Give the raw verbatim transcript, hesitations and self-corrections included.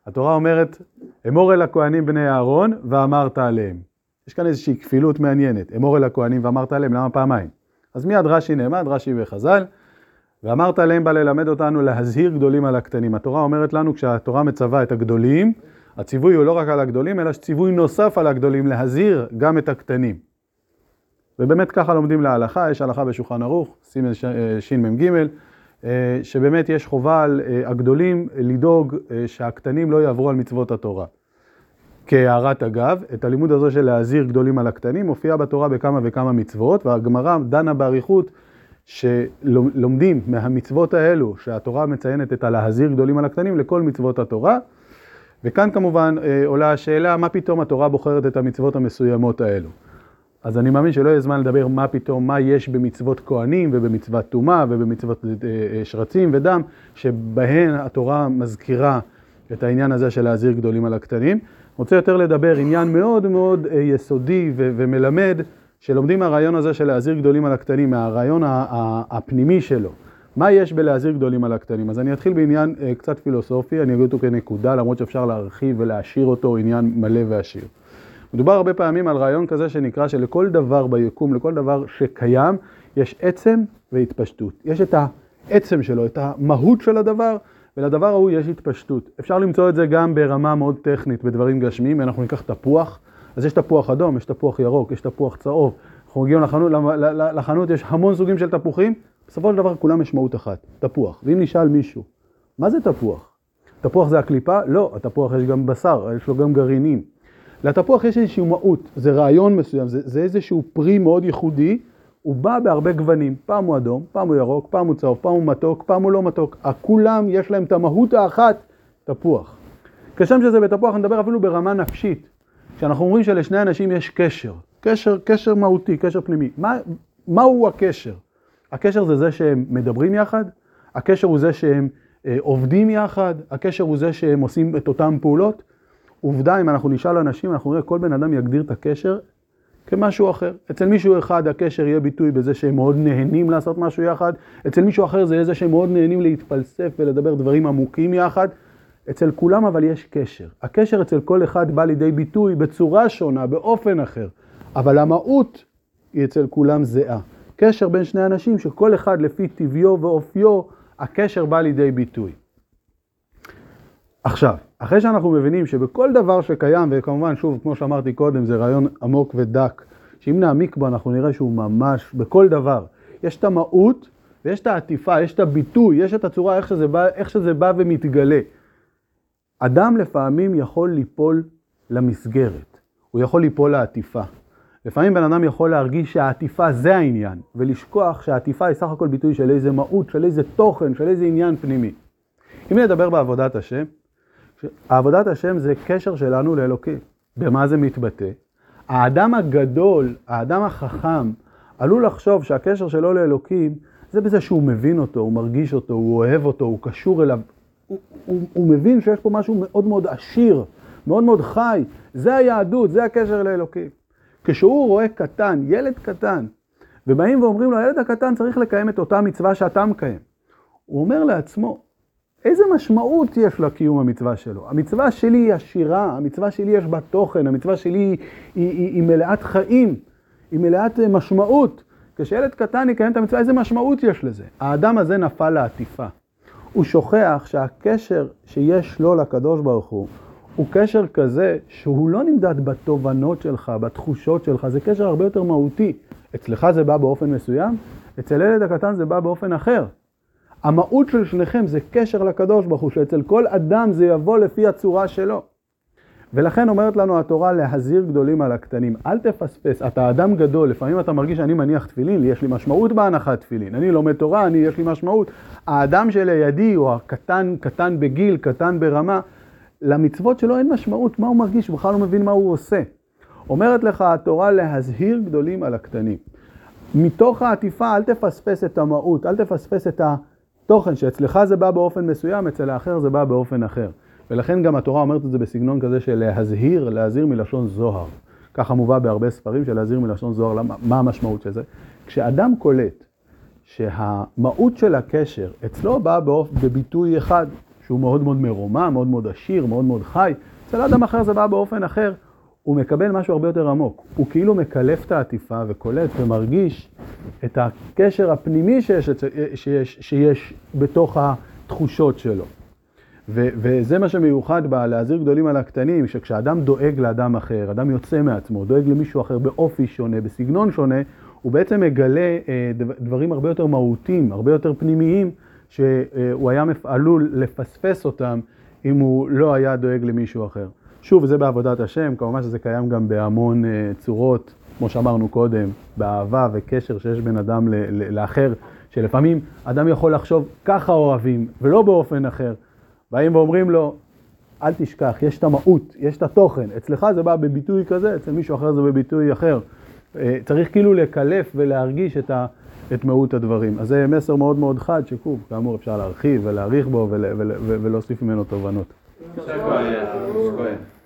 התורה אומרת, אמור אל הכהנים בני אהרון ואמרת עליהם. יש כאן איזושהי כפילות מעניינת, אמור אל הכהנים ואמרת עליהם, למה פעמיים? אז מיד רש"י נעמד, רש"י וחז"ל, ואמרת עליהם בא ללמד אותנו להזהיר גדולים על הקטנים. התורה אומרת לנו, כשהתורה מצווה את הגדולים, הציווי הוא לא רק על הגדולים, אלא שציווי נוסף על הגדולים, להזהיר גם את הקטנים. ובאמת ככה לומדים להלכה, יש הלכה בשולחן ערוך, סימן ש"מ ג', שבאמת יש חובה על הגדולים לדאוג שהקטנים לא יעברו על מצוות התורה. כהערת אגב, את הלימוד הזה של להזהיר גדולים על הקטנים מופיע בתורה בכמה וכמה מצוות, והגמרא דנה באריכות שלומדים מהמצוות האלו שהתורה מציינת את הלהזהיר גדולים על הקטנים לכל מצוות התורה. וכאן כמובן עולה השאלה מה פתאום התורה בוחרת את המצוות המסוימות האלו. אז אני מאמין שלא יהיה זמן לדבר מה פתאום, מה יש במצוות כהנים ובמצוות טומאה ובמצוות שרצים ודם, שבהן התורה מזכירה את העניין הזה של להזהיר גדולים על הקטנים. רוצה יותר לדבר עניין מאוד מאוד יסודי ו- ומלמד, שלומדים מהרעיון הזה של להזהיר גדולים על הקטנים, מהרעיון הפנימי שלו. מה יש בלהזהיר גדולים על הקטנים? אז אני אתחיל בעניין קצת פילוסופי, אני אגיד אותו כנקודה, למרות שאפשר להרחיב ולהשאיר אותו עניין מלא ועשיר. מדובר הרבה פעמים על רעיון כזה שנקרא שלכל דבר ביקום, לכל דבר שקיים, יש עצם והתפשטות. יש את העצם שלו, את המהות של הדבר, ולדבר ההוא יש התפשטות. אפשר למצוא את זה גם ברמה מאוד טכנית, בדברים גשמיים. אנחנו ניקח תפוח, אז יש תפוח אדום, יש תפוח ירוק, יש תפוח צהוב. אנחנו מגיעים לחנות, לחנות יש המון סוגים של תפוחים, בסופו של דבר כולם משמעות אחת, תפוח. ואם נשאל מישהו, מה זה תפוח? תפוח זה הקליפה? לא, התפוח יש גם בשר, יש לו גם גרעינים. לתפוח יש איזושהי מהות, זה רעיון מסוים, זה, זה איזשהו פרי מאוד ייחודי, הוא בא בהרבה גוונים, פעם הוא אדום, פעם הוא ירוק, פעם הוא צהוב, פעם הוא מתוק, פעם הוא לא מתוק. כולם יש להם את המהות האחת, תפוח. כשם שזה בתפוח, נדבר אפילו ברמה נפשית, שאנחנו אומרים שלשני אנשים יש קשר, קשר, קשר מהותי, קשר פנימי. מה, מהו הקשר? הקשר זה זה שהם מדברים יחד, הקשר הוא זה שהם אה, עובדים יחד, הקשר הוא זה שהם עושים את אותם פעולות. עובדה, אם אנחנו נשאל אנשים, אנחנו נראה כל בן אדם יגדיר את הקשר כמשהו אחר. אצל מישהו אחד הקשר יהיה ביטוי בזה שהם מאוד נהנים לעשות משהו יחד, אצל מישהו אחר זה יהיה זה שהם מאוד נהנים להתפלסף ולדבר דברים עמוקים יחד. אצל כולם אבל יש קשר. הקשר אצל כל אחד בא לידי ביטוי בצורה שונה, באופן אחר, אבל המהות היא אצל כולם זהה. קשר בין שני אנשים שכל אחד לפי טבעו ואופיו, הקשר בא לידי ביטוי. עכשיו, אחרי שאנחנו מבינים שבכל דבר שקיים, וכמובן שוב, כמו שאמרתי קודם, זה רעיון עמוק ודק, שאם נעמיק בו אנחנו נראה שהוא ממש בכל דבר. יש את המהות ויש את העטיפה, יש את הביטוי, יש את הצורה איך שזה בא, איך שזה בא ומתגלה. אדם לפעמים יכול ליפול למסגרת, הוא יכול ליפול לעטיפה. לפעמים בן אדם יכול להרגיש שהעטיפה זה העניין, ולשכוח שהעטיפה היא סך הכל ביטוי של איזה מהות, של איזה תוכן, של איזה עניין פנימי. אם נדבר בעבודת השם, עבודת השם זה קשר שלנו לאלוקים. במה זה מתבטא? האדם הגדול, האדם החכם, עלול לחשוב שהקשר שלו לאלוקים זה בזה שהוא מבין אותו, הוא מרגיש אותו, הוא אוהב אותו, הוא קשור אליו. הוא, הוא, הוא מבין שיש פה משהו מאוד מאוד עשיר, מאוד מאוד חי. זה היהדות, זה הקשר לאלוקים. כשהוא רואה קטן, ילד קטן, ובאים ואומרים לו, הילד הקטן צריך לקיים את אותה מצווה שאתה מקיים. הוא אומר לעצמו, איזה משמעות יש לקיום המצווה שלו? המצווה שלי היא עשירה, המצווה שלי יש בה תוכן, המצווה שלי היא, היא, היא, היא מלאת חיים, היא מלאת משמעות. כשילד קטן יקיים את המצווה, איזה משמעות יש לזה? האדם הזה נפל לעטיפה. הוא שוכח שהקשר שיש לו לקדוש ברוך הוא, הוא קשר כזה שהוא לא נמדד בתובנות שלך, בתחושות שלך, זה קשר הרבה יותר מהותי. אצלך זה בא באופן מסוים, אצל ילד הקטן זה בא באופן אחר. המהות של שניכם זה קשר לקדוש ברוך הוא, שאצל כל אדם זה יבוא לפי הצורה שלו. ולכן אומרת לנו התורה להזהיר גדולים על הקטנים. אל תפספס, אתה אדם גדול, לפעמים אתה מרגיש שאני מניח תפילין, לי יש לי משמעות בהנחת תפילין. אני לומד תורה, אני יש לי משמעות. האדם שלידי הוא הקטן, קטן בגיל, קטן ברמה, למצוות שלו אין משמעות, מה הוא מרגיש, הוא בכלל לא מבין מה הוא עושה. אומרת לך התורה להזהיר גדולים על הקטנים. מתוך העטיפה אל תפספס את המהות, אל תפספס את התוכן, שאצלך זה בא באופן מסוים, אצל האחר זה בא באופן אחר. ולכן גם התורה אומרת את זה בסגנון כזה של להזהיר, להזהיר מלשון זוהר. ככה מובא בהרבה ספרים של להזהיר מלשון זוהר, למה, מה המשמעות של זה? כשאדם קולט שהמהות של הקשר אצלו בא בביטוי אחד, שהוא מאוד מאוד מרומם, מאוד מאוד עשיר, מאוד מאוד חי. אצל אדם אחר זה בא באופן אחר, הוא מקבל משהו הרבה יותר עמוק. הוא כאילו מקלף את העטיפה וקולט ומרגיש את הקשר הפנימי שיש, שיש, שיש בתוך התחושות שלו. ו- וזה מה שמיוחד בלהזהיר גדולים על הקטנים, שכשאדם דואג לאדם אחר, אדם יוצא מעצמו, דואג למישהו אחר באופי שונה, בסגנון שונה, הוא בעצם מגלה אה, דברים הרבה יותר מהותיים, הרבה יותר פנימיים, שהוא היה עלול לפספס אותם אם הוא לא היה דואג למישהו אחר. שוב, זה בעבודת השם, כמובן שזה קיים גם בהמון אה, צורות, כמו שאמרנו קודם, באהבה וקשר שיש בין אדם ל- ל- לאחר, שלפעמים אדם יכול לחשוב ככה אוהבים ולא באופן אחר. באים ואומרים לו, אל תשכח, יש את המהות, יש את התוכן. אצלך זה בא בביטוי כזה, אצל מישהו אחר זה בביטוי אחר. צריך כאילו לקלף ולהרגיש את, ה, את מהות הדברים. אז זה מסר מאוד מאוד חד, שכוב, כאמור אפשר להרחיב ולהאריך בו ול, ול, ול, ולהוסיף ממנו תובנות.